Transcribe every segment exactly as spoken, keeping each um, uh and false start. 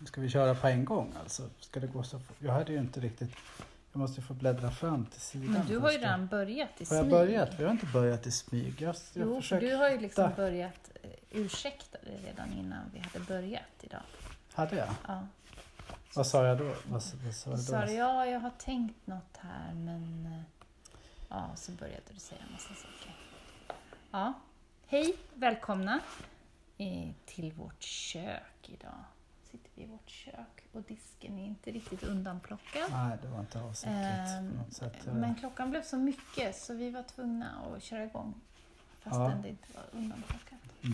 ska vi köra på en gång alltså? Ska det gå så fort? Jag hade ju inte riktigt... Jag måste få bläddra fram till sidan. Men du har ju redan börjat i smyg. Har jag börjat? Vi har inte börjat i smyg. Jag, jag jo, försöker... du har ju liksom börjat ursäkta dig redan innan vi hade börjat idag. Hade jag? Ja. Vad sa jag då? Vad, vad sa jag då? Sa du, ja, jag har tänkt något här, men... Ja, så började du säga en massa saker. Ja. Hej, välkomna till vårt kök idag. Sitter vi i vårt kök och disken är inte riktigt undanplockad. Nej, det var inte avsiktligt ehm, på något sätt. Men klockan blev så mycket så vi var tvungna att köra igång fastän ja. det inte var undanplockat. Mm.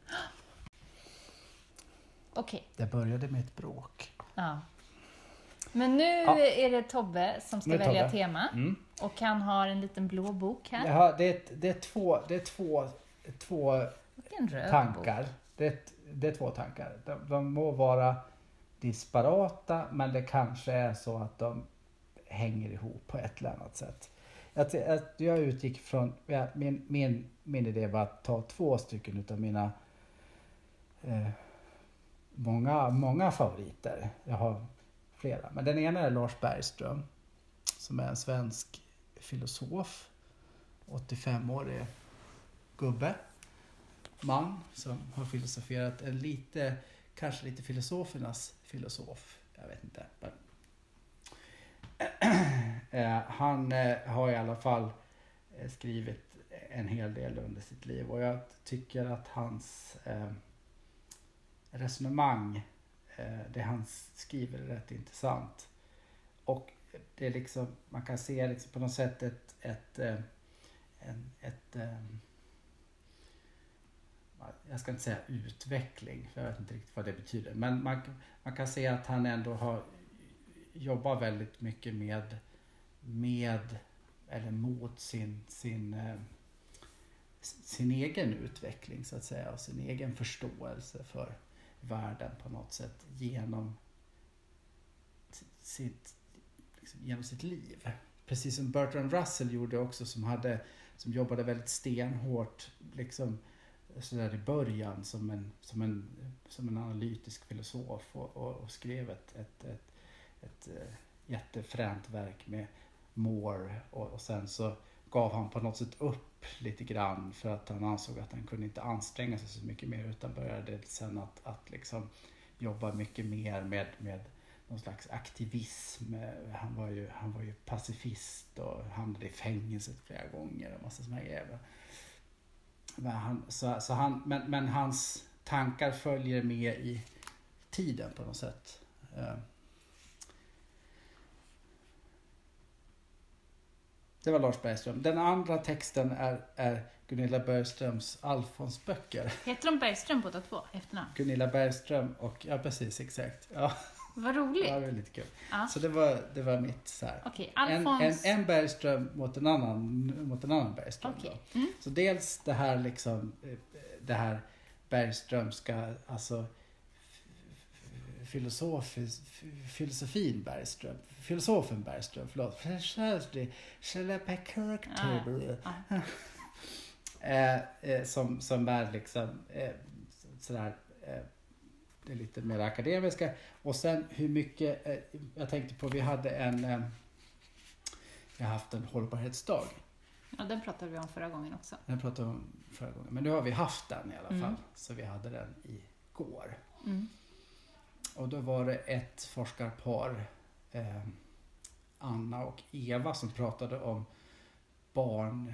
Okej. Okay. Det började med ett bråk. Ja. Men nu ja. är det Tobbe som ska välja Tobbe. tema. Mm. Och han har en liten blå bok här. Ja, det, är, det är två, det är två, två tankar. Det är, det är två tankar. De, de må vara disparata, men det kanske är så att de hänger ihop på ett eller annat sätt. Att, att jag utgick från, ja, min, min, min idé var att ta två stycken utav mina eh, många, många favoriter. Jag har flera, men den ena är Lars Bergström som är en svensk filosof, åttiofem-årig gubbe, man som har filosoferat en lite, kanske lite filosofernas filosof, jag vet inte. Men han har i alla fall skrivit en hel del under sitt liv och jag tycker att hans eh, resonemang, eh, det han skriver är rätt intressant. Och det är liksom, man kan se liksom på något sätt ett, ett, ett, ett, ett jag ska inte säga utveckling, för jag vet inte riktigt vad det betyder. Men man, man kan se att han ändå har jobbat väldigt mycket med, med eller mot sin, sin, sin egen utveckling så att säga. Och sin egen förståelse för världen på något sätt genom sitt, liksom, genom sitt liv. Precis som Bertrand Russell gjorde också, som, hade, som jobbade väldigt stenhårt liksom, så där i början som en, som en, som en analytisk filosof och, och, och skrev ett, ett, ett, ett, ett jättefränt verk med Moore och, och sen så gav han på något sätt upp lite grann för att han ansåg att han kunde inte anstränga sig så mycket mer utan började sen att, att liksom jobba mycket mer med, med någon slags aktivism. Han var ju, han var ju pacifist och hamnade i fängelset flera gånger och massa såna grejer. Men, han, så, så han, men, men hans tankar följer med i tiden på något sätt. Det var Lars Bergström. Den andra texten är, är Gunilla Bergströms Alfons böcker. Heter de Bergström båda två efternamn? Gunilla Bergström och, ja precis, exakt. Ja. Vad roligt. Ja, det var lite kul. Ja. Så det var, det var mitt så här. Okay, Alfons... en, en, en Bergström mot en annan, mot en annan Bergström. Okay. Mm. Så dels det här liksom, det här Bergströmska, alltså filosofis, filosofin Bergström, filosofen Bergström, förlåt. eh, som, som är liksom eh, sådär eh, det är lite mer akademiska. Och sen hur mycket, eh, jag tänkte på, vi hade en, eh, vi har haft en hållbarhetsdag. Ja, den pratade vi om förra gången också. Den pratade vi om förra gången, men nu har vi haft den i alla mm. fall. Så vi hade den igår. Mm. Och då var det ett forskarpar, eh, Anna och Eva, som pratade om barnboken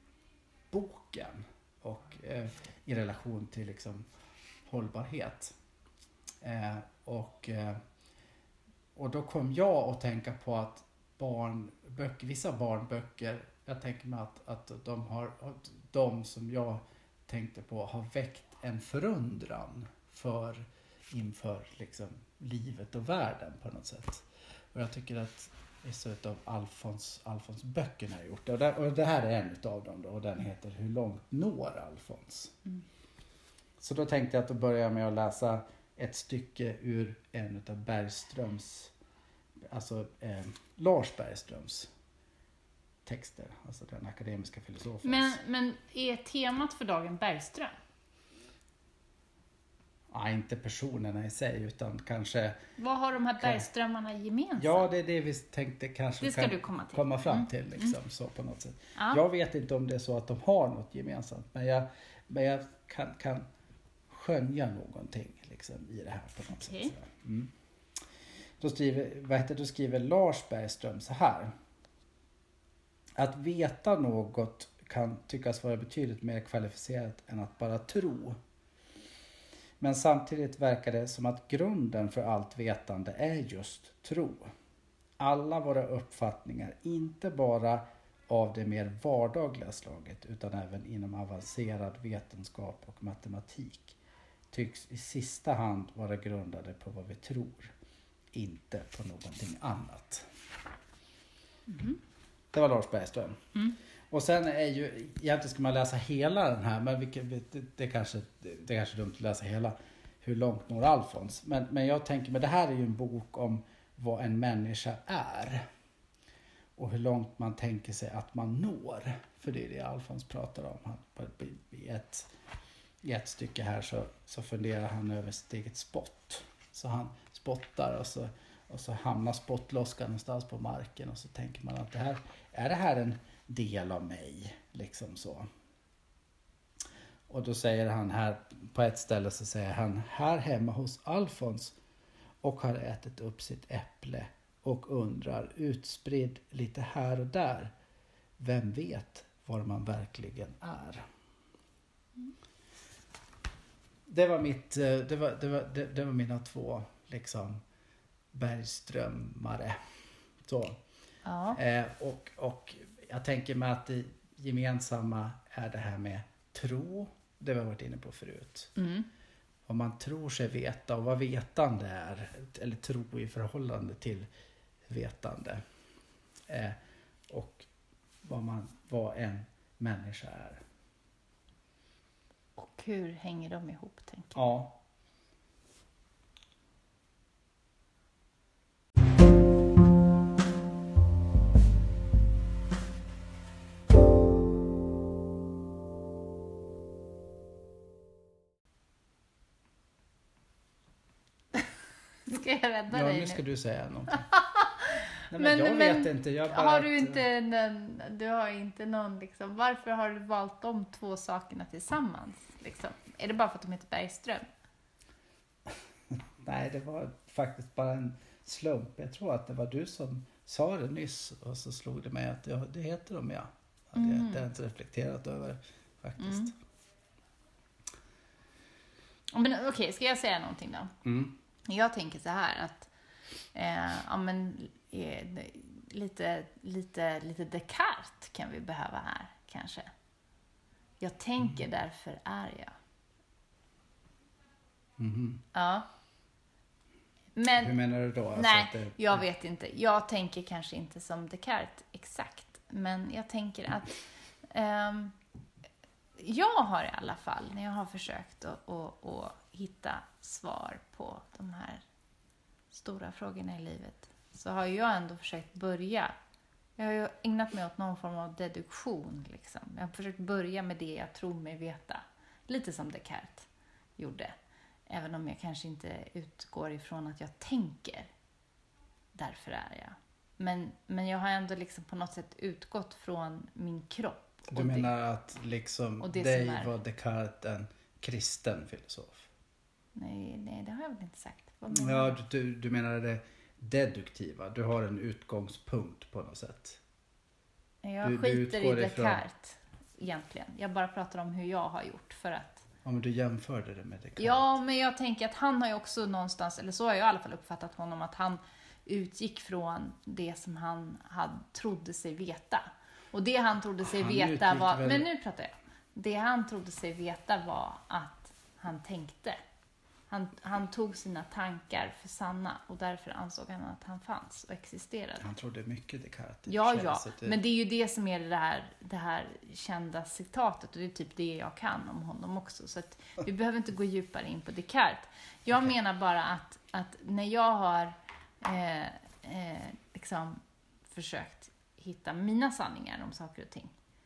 och eh, i relation till liksom hållbarhet. Eh, och, eh, och då kom jag att tänka på att barnböcker, vissa barnböcker, jag tänker mig att, att de har, att de som jag tänkte på har väckt en förundran för inför liksom livet och världen på något sätt. Och jag tycker att vissa av Alfons, Alfons böckerna har gjort det. Och, där, och det här är en av dem då, och den heter Hur långt når Alfons? Mm. Så då tänkte jag att då börjar jag med att läsa ett stycke ur en av Bergströms, alltså eh, Lars Bergströms texter, alltså den akademiska filosofens. Men, men är temat för dagen Bergström? ja, inte personerna i sig utan kanske... Vad har de här bergströmmarna gemensamt? Ja, det är det vi tänkte kanske det ska kan du komma, till. komma fram Mm. till liksom, Mm. så på något sätt. Ja. Jag vet inte om det är så att de har något gemensamt, men jag, men jag kan, kan skönja någonting liksom, i det här på något Okej. sätt. Mm. Då skriver, vad heter, då skriver Lars Bergström så här. Att veta något kan tyckas vara betydligt mer kvalificerat än att bara tro. Men samtidigt verkar det som att grunden för allt vetande är just tro. Alla våra uppfattningar, inte bara av det mer vardagliga slaget utan även inom avancerad vetenskap och matematik, tycks i sista hand vara grundade på vad vi tror, inte på någonting annat. Mm. Det var Lars Bergström. Mm. Och sen är ju, egentligen ska man läsa hela den här, men vilket, det, det, kanske, det är kanske dumt att läsa hela Hur långt når Alfons. Men, men jag tänker, men det här är ju en bok om vad en människa är. Och hur långt man tänker sig att man når. För det är det Alfons pratar om. Han, i, ett, I ett stycke här så, så funderar han över sitt eget spott. Så han spottar och så, och så hamnar spottloskan någonstans på marken. Och så tänker man att det här, är det här en del av mig? Liksom så. Och då säger han här, på ett ställe så säger han, här hemma hos Alfons och har ätit upp sitt äpple och undrar, utspridd lite här och där, vem vet var man verkligen är? Det var mitt, det var, det var, det, det var mina två liksom bergströmmare. Så. Ja. Eh, och, och jag tänker mig att det gemensamma är det här med tro. Det vi har varit inne på förut. Mm. Vad man tror sig veta och vad vetande är. Eller tro i förhållande till vetande. Eh, och vad, man, vad en människa är. Och hur hänger de ihop, tänker jag? Ja. Ska jag rädda Ja, dig nu nu? ska du säga någonting. Nej, men, Men- jag men vet inte. Jag bara Har du att- inte någon, du har inte någon liksom, varför har du valt de två sakerna tillsammans? Liksom? Är det bara för att de heter Bergström? Nej, det var faktiskt bara en slump. Jag tror att det var du som sa det nyss och så slog det mig att ja, det heter de, ja. Att jag Mm. det har jag inte reflekterat över faktiskt. Mm. Men okej, ska jag säga någonting då? Mm. Jag tänker så här att eh, ja, men, eh, lite, lite, lite Descartes kan vi behöva här kanske. Jag tänker, Mm. därför är jag. Mhm. Ja. Men, Hur menar du då? Alltså nej, att det, jag vet inte. Jag tänker kanske inte som Descartes exakt. Men jag tänker att ehm, jag har i alla fall, när jag har försökt att, att, att hitta svar på de här stora frågorna i livet, så har jag ändå försökt börja. Jag har ju ägnat mig åt någon form av deduktion. Liksom. Jag har försökt börja med det jag tror mig veta. Lite som Descartes gjorde. Även om jag kanske inte utgår ifrån att jag tänker. Därför är jag. Men, men jag har ändå liksom på något sätt utgått från min kropp. du och menar att liksom och det dig som är- var Descartes en kristen filosof? Det, nej, nej, det har jag väl inte sagt. Vad menar Ja, du? du, du menar det deduktiva. Du har en utgångspunkt på något sätt. Jag du- du skiter i utgår ifrån- Descartes egentligen. Jag bara pratar om hur jag har gjort för att Ja, men du jämförde det med Descartes. ja, men jag tänker att han har ju också någonstans, eller så har jag i alla fall uppfattat honom, att han utgick från det som han hade, trodde sig veta. Och det han trodde sig Han veta utgick var, väl- men nu pratar jag. Det han trodde sig veta var att han tänkte. Han, han tog sina tankar för sanna och därför ansåg han att han fanns och existerade. Han trodde mycket Descartes. i och Ja, för sig, ja, så att det- men det är ju det som är det här, det här kända citatet, och det är typ det jag kan om honom också. Så att vi behöver inte gå djupare in på Descartes. Jag Okej. menar bara att, att när jag har eh, eh, liksom försökt hitta mina sanningar om saker och ting,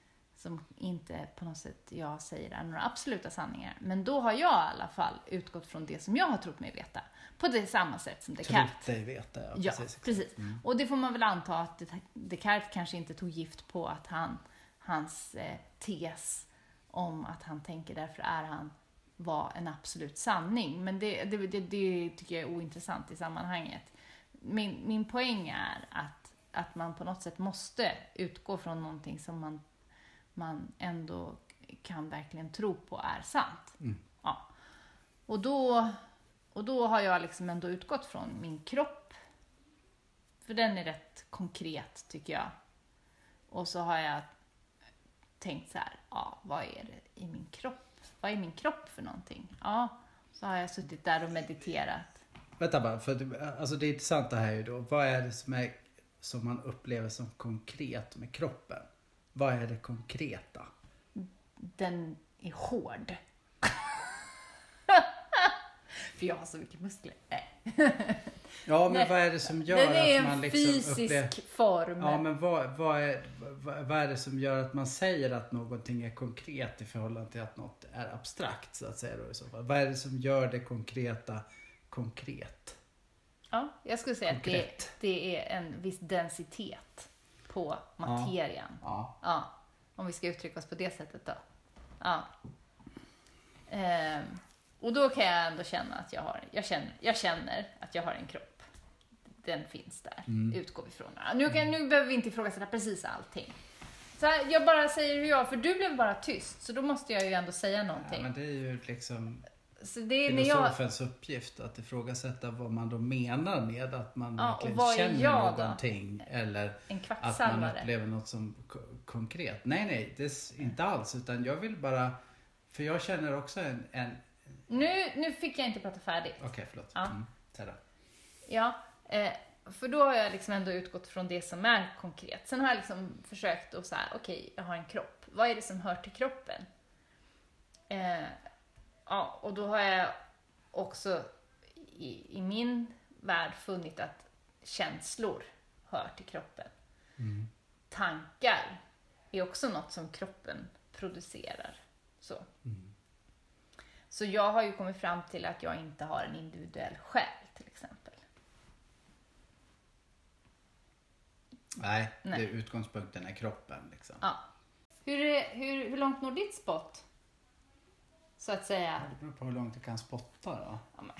som inte på något sätt jag säger är några absoluta sanningar. Men då har jag i alla fall utgått från det som jag har trott mig veta. På det samma sätt som Descartes. Trott dig veta, ja. Ja, Precis. precis. Mm. Och det får man väl anta att Descartes kanske inte tog gift på att han, hans eh, tes om att han tänker därför är han var en absolut sanning. Men det, det, det, det tycker jag är ointressant i sammanhanget. Min, min poäng är att, att man på något sätt måste utgå från någonting som man, man ändå kan verkligen tro på är sant. Mm. Ja. Och, då, och då har jag liksom ändå utgått från min kropp. För den är rätt konkret tycker jag. Och så har jag tänkt så här, ja, vad är det i min kropp? Vad är min kropp för någonting? Ja, så har jag suttit där och mediterat. Vänta bara, för det, alltså det intressanta här är ju då, vad är det som, är, som man upplever som konkret med kroppen? Vad är det konkreta? Den är hård. För jag har så mycket muskler. Nej. Ja, men Nej, vad är det som gör den är att man en liksom fysisk upplever... form. Ja, men vad, vad, är, vad, vad är det som gör att man säger att någonting är konkret i förhållande till att något är abstrakt, så att säga då, i så fall? Vad är det som gör det konkreta konkret? Ja, jag skulle säga Konkret. att det, det är en viss densitet på materian. Ja. Ja, om vi ska uttrycka oss på det sättet då. Ja. Ehm, och då kan jag ändå känna att jag har, jag känner, jag känner att jag har en kropp. Den finns där, Mm. utgår vi ifrån. Ja, nu, kan, nu behöver vi inte ifrågasätta precis allting. Så här, jag bara säger hur jag, för du blev bara tyst, så då måste jag ju ändå säga någonting. Ja, men det är ju liksom Så det är när jag, filosofens uppgift att ifrågasätta vad man då menar med att man Ja, och verkligen vad är känner jag då? någonting eller en att man kvacksalvare. upplever något som ko- konkret. Nej, nej, det är inte alls, utan jag vill bara, för jag känner också en, en... Nu, nu fick jag inte prata färdigt. Okej, okay, förlåt. Ja. Mm. Så då. Ja, eh, för då har jag liksom ändå utgått från det som är konkret. Sen har jag liksom försökt att säga, okej, okay, jag har en kropp. Vad är det som hör till kroppen? Eh, ja, och då har jag också i, i min värld funnit att känslor hör till kroppen. Mm. Tankar är också något som kroppen producerar. Så. Mm. Så jag har ju kommit fram till att jag inte har en individuell själ till exempel. Nej, Nej. Det är utgångspunkten är kroppen liksom. Ja. Hur, är- hur, hur långt når ditt spott? Så att säga. Ja, det beror på hur långt du kan spotta då. Ja, men,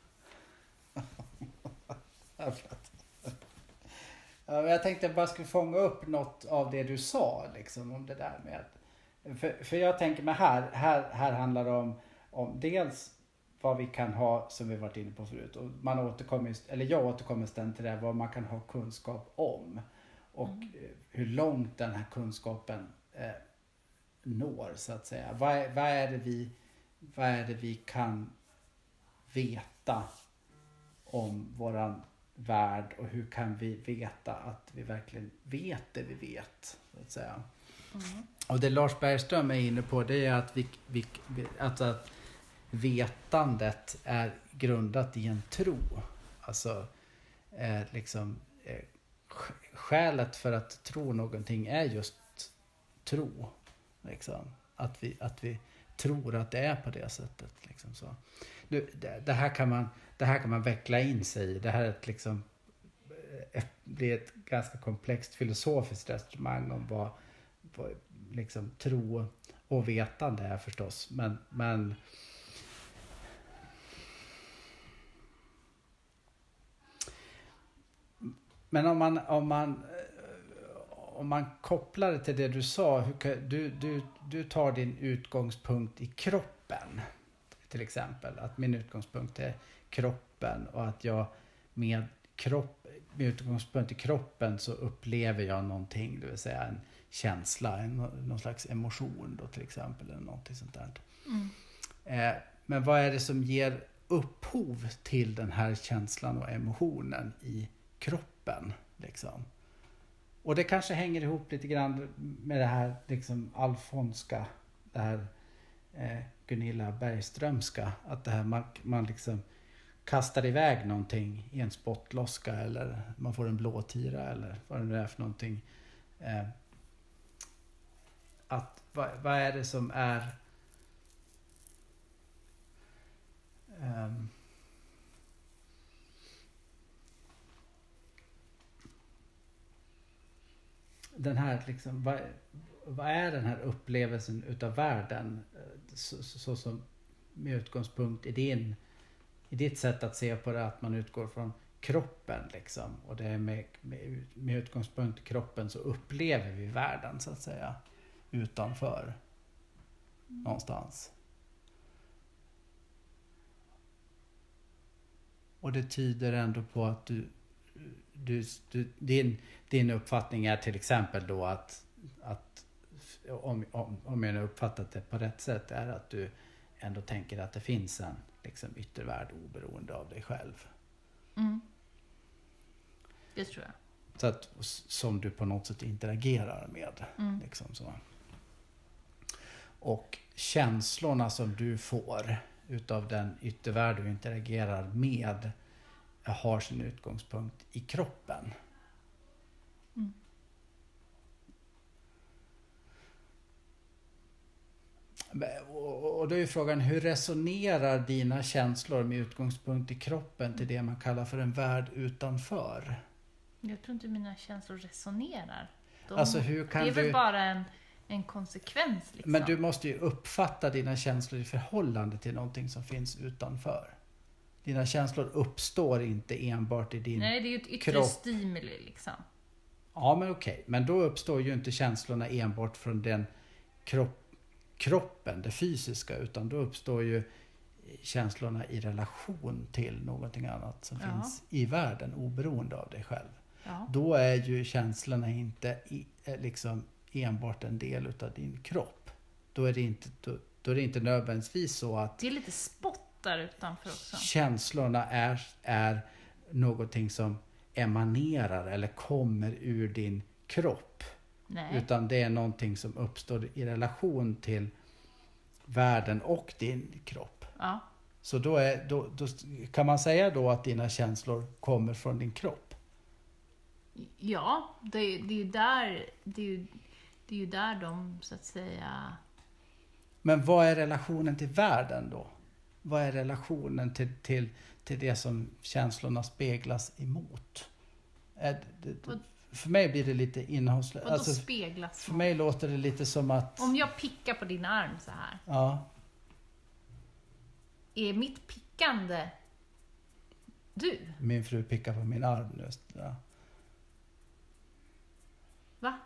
Ja, förlåt. Ja, men jag tänkte jag bara skulle fånga upp något av det du sa liksom, om det där med. För, för jag tänker mig här, här, här handlar det om, om dels vad vi kan ha, som vi varit inne på förut. Och man återkommer, eller jag återkommer ständigt till det, vad man kan ha kunskap om. Och Mm. eh, hur långt den här kunskapen eh, når, så att säga. Vad är, vad, är det vi, vad är det vi kan veta om våran värld, och hur kan vi veta att vi verkligen vet det vi vet, så att säga. mm. Och det Lars Bergström är inne på, det är att, vi, vi, att, att vetandet är grundat i en tro. Alltså eh, liksom eh, skälet för att tro någonting är just tro. Liksom. Att, vi, att vi tror att det är på det sättet. Liksom så. Nu, det, det, här kan man, det här kan man veckla in sig i. Det här är ett, liksom, ett, blir ett ganska komplext filosofiskt resonemang om vad, vad liksom, tro och vetande är förstås. Men, men Men om man, om man, om man kopplar det till det du sa, hur kan, du, du, du tar din utgångspunkt i kroppen till exempel. Att min utgångspunkt är kroppen, och att jag med, kropp, med utgångspunkt i kroppen så upplever jag någonting, det vill säga en känsla, en, någon slags emotion då till exempel, eller någonting sånt där. Mm. Eh, men vad är det som ger upphov till den här känslan och emotionen i kroppen liksom? Och det kanske hänger ihop lite grann med det här liksom alfonska, det här eh, Gunilla Bergströmska, att det här man, man liksom kastar iväg någonting i en spottloska, eller man får en blåtira eller vad det nu är för någonting. Eh, att vad, vad är det som är um, den här liksom, vad, vad är den här upplevelsen utav världen så, så, så som med utgångspunkt i din i ditt sätt att se på det, att man utgår från kroppen liksom, och det är med, med, med utgångspunkt i kroppen så upplever vi världen så att säga utanför mm. någonstans. Och det tyder ändå på att du, du, du din, din uppfattning är till exempel då att, att om, om, om jag nu uppfattat det på rätt sätt, är att du ändå tänker att det finns en liksom yttervärld oberoende av dig själv. Mm. Det tror jag. Så att, som du på något sätt interagerar med. Mm. Liksom så. Och känslorna som du får utav den yttervärld du interagerar med har sin utgångspunkt i kroppen. Mm. Och då är frågan, hur resonerar dina känslor med utgångspunkt i kroppen till det man kallar för en värld utanför? Jag tror inte mina känslor resonerar. De, alltså hur kan det är väl du, bara en, en konsekvens. Liksom. Men du måste ju uppfatta dina känslor i förhållande till någonting som finns utanför. Dina känslor uppstår inte enbart i din Nej, det är ju ett yttre kropp. stimuli liksom. Ja, men okej. Men då uppstår ju inte känslorna enbart från den kropp, kroppen, det fysiska, utan då uppstår ju känslorna i relation till någonting annat som Ja. finns i världen, oberoende av dig själv. Ja. Då är ju känslorna inte i, liksom enbart en del utav din kropp. Då är det inte, då, då är det inte nödvändigtvis så att Det är lite spott där utanför också. känslorna är, är någonting som emanerar eller kommer ur din kropp. Nej. Utan det är någonting som uppstår i relation till världen och din kropp. Ja. Så då, är, då, då kan man säga då att dina känslor kommer från din kropp. Ja, det, det är ju där det är ju, det är ju där de så att säga. Men vad är relationen till världen då? Vad är relationen till, till, till det som känslorna speglas emot? Är det, det, för mig blir det lite innehållslöst. Vadå Alltså, speglas? för mig låter det lite som att... Om jag pickar på din arm så här. Ja. Är mitt pickande du? Min fru pickar på min arm nu. Ja. Va?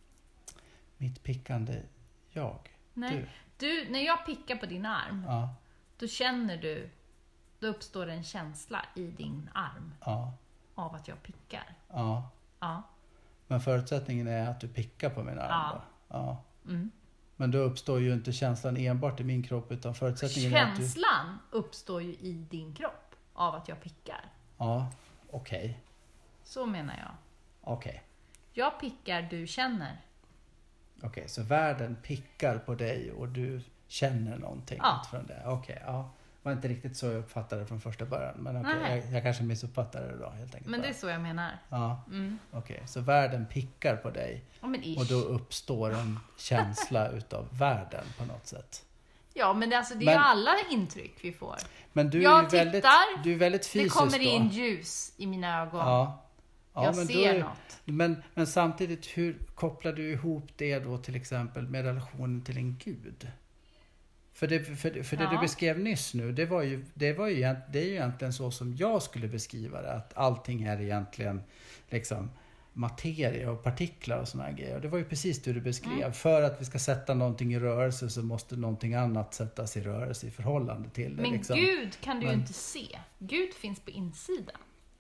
Mitt pickande, jag. Nej. Du. Du, när jag pickar på din arm, Ja. då känner du, då uppstår en känsla i din arm Ja. av att jag pickar. Ja. Ja. Men förutsättningen är att du pickar på min arm Ja. då. Ja. Mm. Men då uppstår ju inte känslan enbart i min kropp, utan förutsättningen är att du... Känslan uppstår ju i din kropp av att jag pickar. Ja, okej. Okay. Så menar jag. Okej. Okay. Jag pickar, du känner. Okej, okay, så världen pickar på dig och du känner någonting Ja. från det. Okej, okay, ja. Det var inte riktigt så jag uppfattade det från första början. Men okej, okay, jag, jag kanske missuppfattade det då helt enkelt. Men det är så jag menar. Ja, Mm. okej. Okay, så världen pickar på dig. Ja, men ish. Och då uppstår en känsla utav världen på något sätt. Ja, men det, alltså, det Men- är alla intryck vi får. Men du Jag är ju väldigt, tittar, du är väldigt Det fysisk kommer då. in ljus i mina ögon. Ja. Ja, jag men då ser är- något. Men, men samtidigt, hur kopplar du ihop det då till exempel med relationen till en gud? För det, för, för det Ja. du beskrev nyss nu, det, var ju, det, var ju, egent- det är ju egentligen så som jag skulle beskriva det. Att allting är egentligen liksom materia och partiklar och såna här grejer. Och det var ju precis det du beskrev. Mm. För att vi ska sätta någonting i rörelse så måste någonting annat sättas i rörelse i förhållande till det. Men liksom. Gud kan du ju Men- inte se. Gud finns på insidan.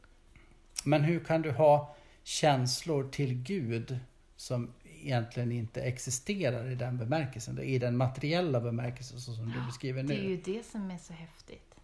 Men hur kan du ha känslor till Gud som egentligen inte existerar i den bemärkelsen, i den materiella bemärkelsen så som du beskriver Det är nu? ju det som är så häftigt.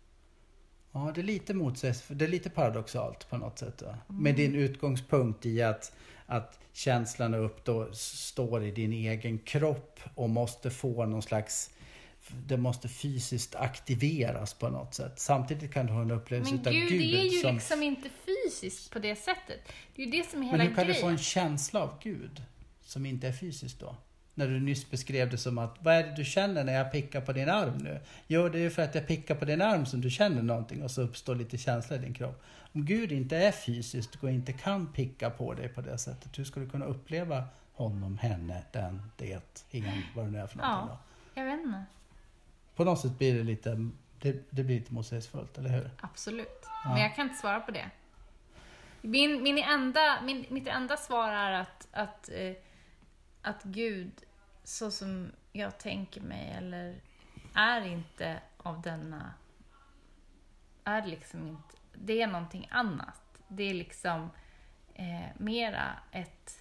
Ja, det är lite motsägs, det är lite paradoxalt på något sätt. Va? Mm. Med din utgångspunkt i att, att känslan uppstår står i din egen kropp och måste få någon slags, det måste fysiskt aktiveras på något sätt. Samtidigt kan du ha en upplevelse Men utav Gud, Gud det är ju som... liksom inte fysiskt på det sättet. Det är ju det som är hela Men hur kan grejen. du få en känsla av Gud som inte är fysiskt då? När du nyss beskrev det som att, vad är det du känner när jag pickar på din arm nu? Jo, det är ju för att jag pickar på din arm som du känner någonting och så uppstår lite känsla i din kropp. Om Gud inte är fysiskt och inte kan picka på dig på det sättet, hur ska du kunna uppleva honom, henne, den, det, ingen, vad det nu är för någonting Ja, då? jag vet inte. På något sätt blir det lite, det, det blir lite motsägelsefullt, eller hur? Absolut. Ja. Men jag kan inte svara på det. Min, min enda, min, mitt enda svar är att, att, eh, att Gud, så som jag tänker mig, eller är inte av denna, är liksom inte, det är någonting annat. Det är liksom eh, mera ett,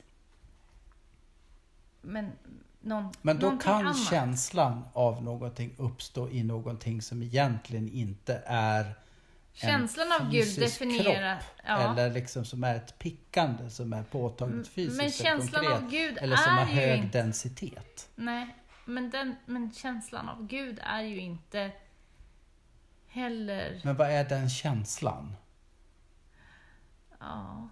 men, någon, men då någonting kan annat. känslan av någonting uppstå i någonting som egentligen inte är Känslan av Gud definierar, ja. Eller liksom som är ett pickande som är påtagligt fysiskt. Men känslan konkret, av Gud eller som är har hög inte, densitet. Nej, men, den, men känslan av Gud är ju inte heller... Men vad är den känslan? Ja.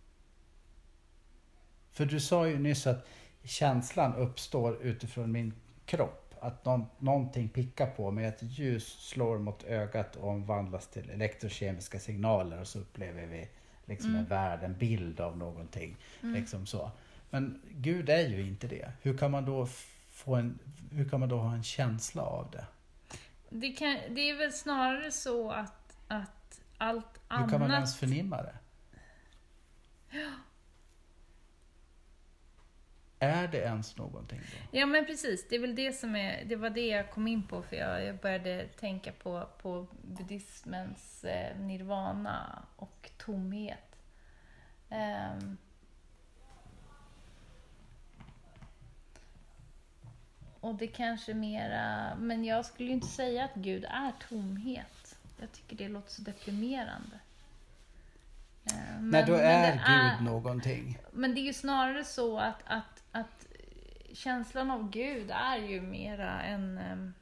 För du sa ju nyss att känslan uppstår utifrån min kropp. Att någon, någonting pickar på mig, att ljus slår mot ögat och omvandlas till elektrokemiska signaler och så upplever vi liksom Mm. en värld, en bild av någonting. Mm. Liksom så. Men Gud är ju inte det. Hur kan man då få en, hur kan man då ha en känsla av det? Det, kan, det är väl snarare så att, att allt Hur annat... kan man ens förnimma det? Ja. Är det ens någonting då? Ja, men precis. Det är väl det som är, det var det jag kom in på, för jag, jag började tänka på, på buddhismens eh, nirvana och tomhet. Um, och det kanske mera, men jag skulle ju inte säga att Gud är tomhet. Jag tycker det låter så deprimerande. Uh, men, Nej, då men är det Gud är, någonting. Men det är ju snarare så att, att, att känslan av Gud är ju mera en, um,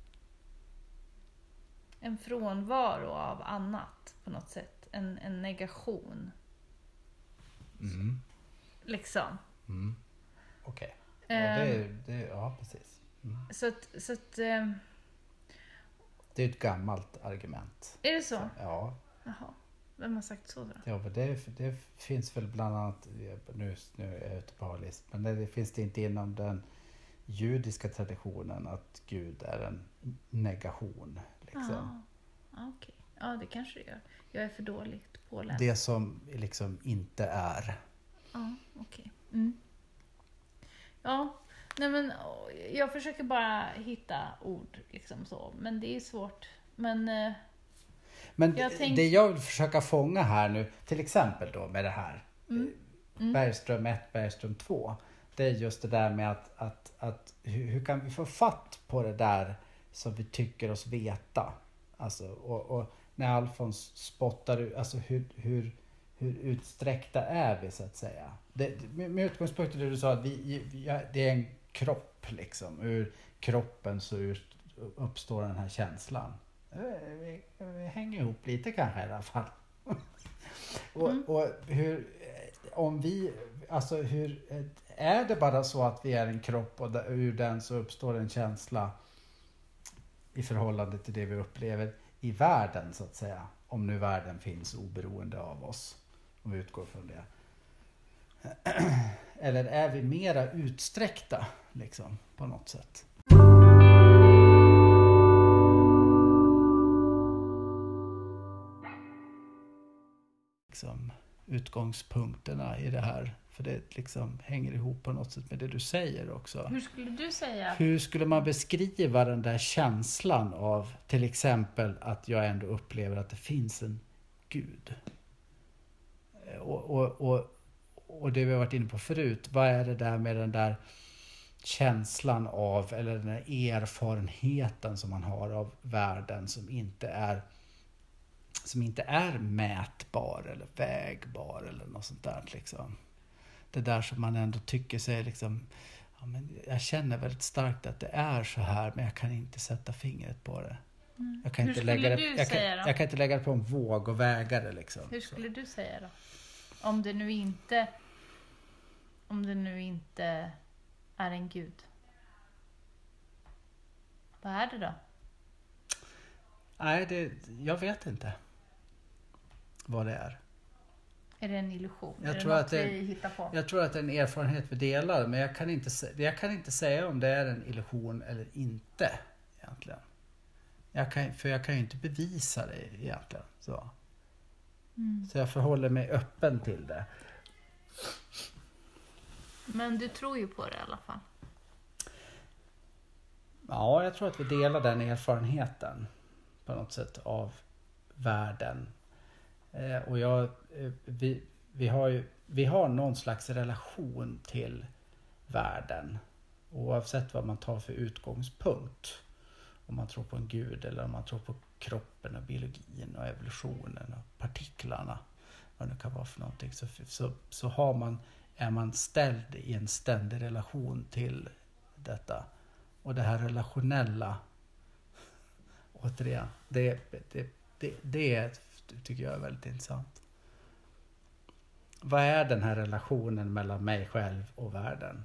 en frånvaro av annat på något sätt. En, en negation. Mm. Liksom. Mm. Okej. Okay. Ja, Um, det, det, ja, precis. Mm. så att... Så att um, Det är ett gammalt argument. är det så? Så, ja. Jaha. Vem har sagt så då? Ja, för det, det finns väl bland annat, nu, nu är jag ute på halist, men det, det finns det inte inom den judiska traditionen att Gud är en negation. Liksom. Ah, okej. Okay. Ja, det kanske det gör. Jag är för dåligt påläst. Det som liksom inte är. Ja, okej. Okay. Mm. Ja, nej men jag försöker bara hitta ord liksom så, men det är svårt. Men... Eh, Men jag tänk... det jag vill försöka fånga här nu, till exempel då med det här, mm. Mm. Bergström ett, Bergström två, det är just det där med att, att, att hur, hur kan vi få fatt på det där som vi tycker oss veta? Alltså, och, och när Alfons spottar, alltså hur, hur, hur utsträckta är vi så att säga? Det, med utgångspunkt i det du sa, att vi, ja, det är en kropp liksom, ur kroppen så ur, uppstår den här känslan. Vi, vi hänger ihop lite kanske i alla fall. och, Mm. och hur, om vi, alltså hur, är det bara så att vi är en kropp och där, ur den så uppstår en känsla i förhållande till det vi upplever i världen så att säga. Om nu världen finns oberoende av oss. Om vi utgår från det. Eller är vi mera utsträckta liksom på något sätt? Liksom, utgångspunkterna i det här. För det liksom hänger ihop på något sätt med det du säger också. Hur skulle du säga? Hur skulle man beskriva den där känslan av till exempel att jag ändå upplever att det finns en Gud? Och, och, och, och det vi har varit inne på förut, vad är det där med den där känslan av, eller den där erfarenheten som man har av världen som inte är som inte är mätbar eller vägbar eller något sånt där liksom. Det där som man ändå tycker sig liksom, ja, men jag känner väldigt starkt att det är så här, men jag kan inte sätta fingret på det. Mm. Jag kan Hur inte skulle lägga du det, jag säga kan, då? jag kan inte lägga det på en våg och väga det liksom. Hur skulle du säga då? Om det nu inte om det nu inte är en Gud. Vad är det då? Nej, det, jag vet inte vad det är. Är det en illusion? Jag är tror det något att det- vi hittar på? Jag tror att det är en erfarenhet vi delar, men jag kan inte, sä- jag kan inte säga om det är en illusion eller inte egentligen. Jag kan, för jag kan ju inte bevisa det egentligen. Så, Mm. så jag förhåller mig öppen till det. Men du tror ju på det i alla fall. Ja, jag tror att vi delar den erfarenheten på något sätt av världen. Eh, och jag, eh, vi, vi, har ju, vi har någon slags relation till världen. Oavsett vad man tar för utgångspunkt. Om man tror på en gud eller om man tror på kroppen och biologin och evolutionen och partiklarna. Vad det kan vara för någonting. Så, så, så har man, är man ställd i en ständig relation till detta. Och det här relationella, återigen, det, det, det, det tycker jag är väldigt intressant. Vad är den här relationen mellan mig själv och världen?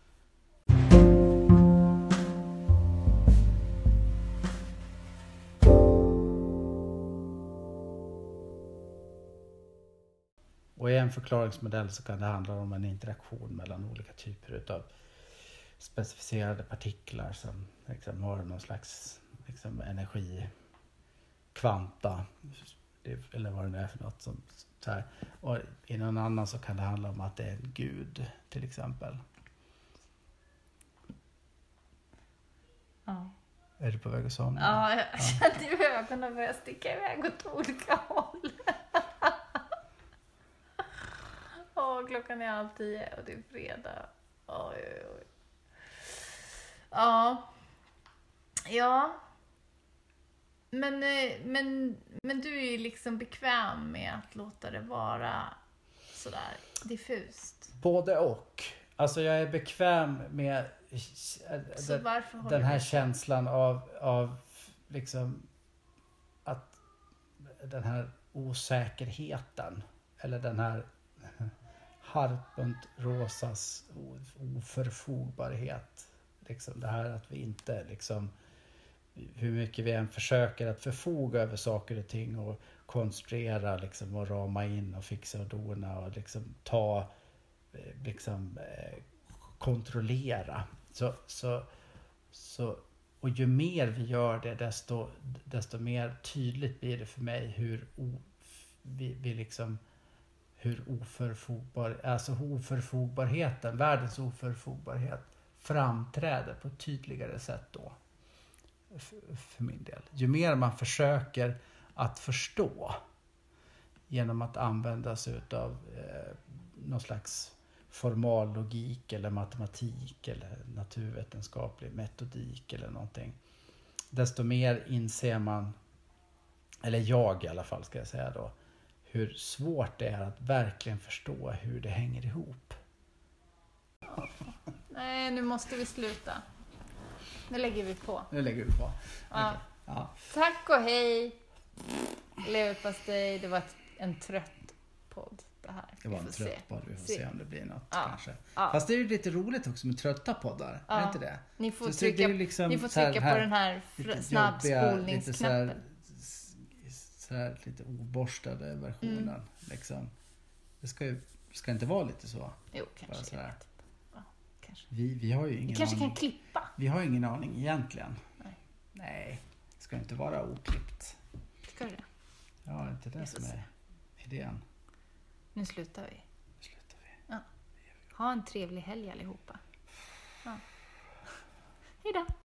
Och i en förklaringsmodell så kan det handla om en interaktion mellan olika typer av specificerade partiklar som liksom har någon slags liksom, energi, kvanta eller vad det nu är för något. Som, så här. Och i någon annan så kan det handla om att det är en gud till exempel. Ja. Är du på väg att somna? Ja, jag kände hur ögonen började sticka iväg åt olika håll. Åh, klockan är halv tio och det är fredag. Oj, oj, oj. Ja. Ja. Men, eh, men, men du är ju liksom bekväm med att låta det vara sådär diffust. Både och. Alltså jag är bekväm med Så den, varför håller den här du så? känslan av, av liksom att den här osäkerheten eller den här Harpund Rosas oförfogbarhet. Liksom det här att vi inte liksom hur mycket vi än försöker att förfoga över saker och ting och konstruera liksom och rama in och fixa och dona och liksom ta liksom eh, kontrollera så, så, så och ju mer vi gör det desto, desto mer tydligt blir det för mig hur o, vi, vi liksom hur oförfogbar, alltså oförfogbarheten, världens oförfogbarhet framträder på ett tydligare sätt då. För, för min del. Ju mer man försöker att förstå genom att använda sig av eh, någon slags formal logik eller matematik eller naturvetenskaplig metodik eller någonting. Desto mer inser man, eller jag i alla fall ska jag säga då, hur svårt det är att verkligen förstå hur det hänger ihop. Nej, nu måste vi sluta. Nu lägger vi på. Nu lägger vi på. Ja. Okay. Ja. Tack och hej. Leverpastej. Det var ett, en trött podd det här. Det var Vi en får trött se. podd. Vi får Se. se om det blir något Ja. kanske. Ja. Fast det är ju lite roligt också med trötta poddar. Ja. Är det inte det? Ni får Så- så det trycka, är ju liksom ni får så här- trycka här på den här lite fr- jobbiga, snabbspolningsknappen. Lite så här, så här lite oborstade versionen. Mm. Liksom. Det ska ju ska inte vara lite så. Jo, Bara kanske. så här. Jag vet inte. Ja, kanske. Vi, vi har ju Vi ingen kanske aning. kan klippa. Vi har ju ingen aning egentligen. Nej. Nej, det ska inte vara oklippt. Ska du det? Ja, det är inte det Vi får som se. är idén. Nu slutar vi. Nu slutar vi. Ha en trevlig helg allihopa. Ja. Hej då.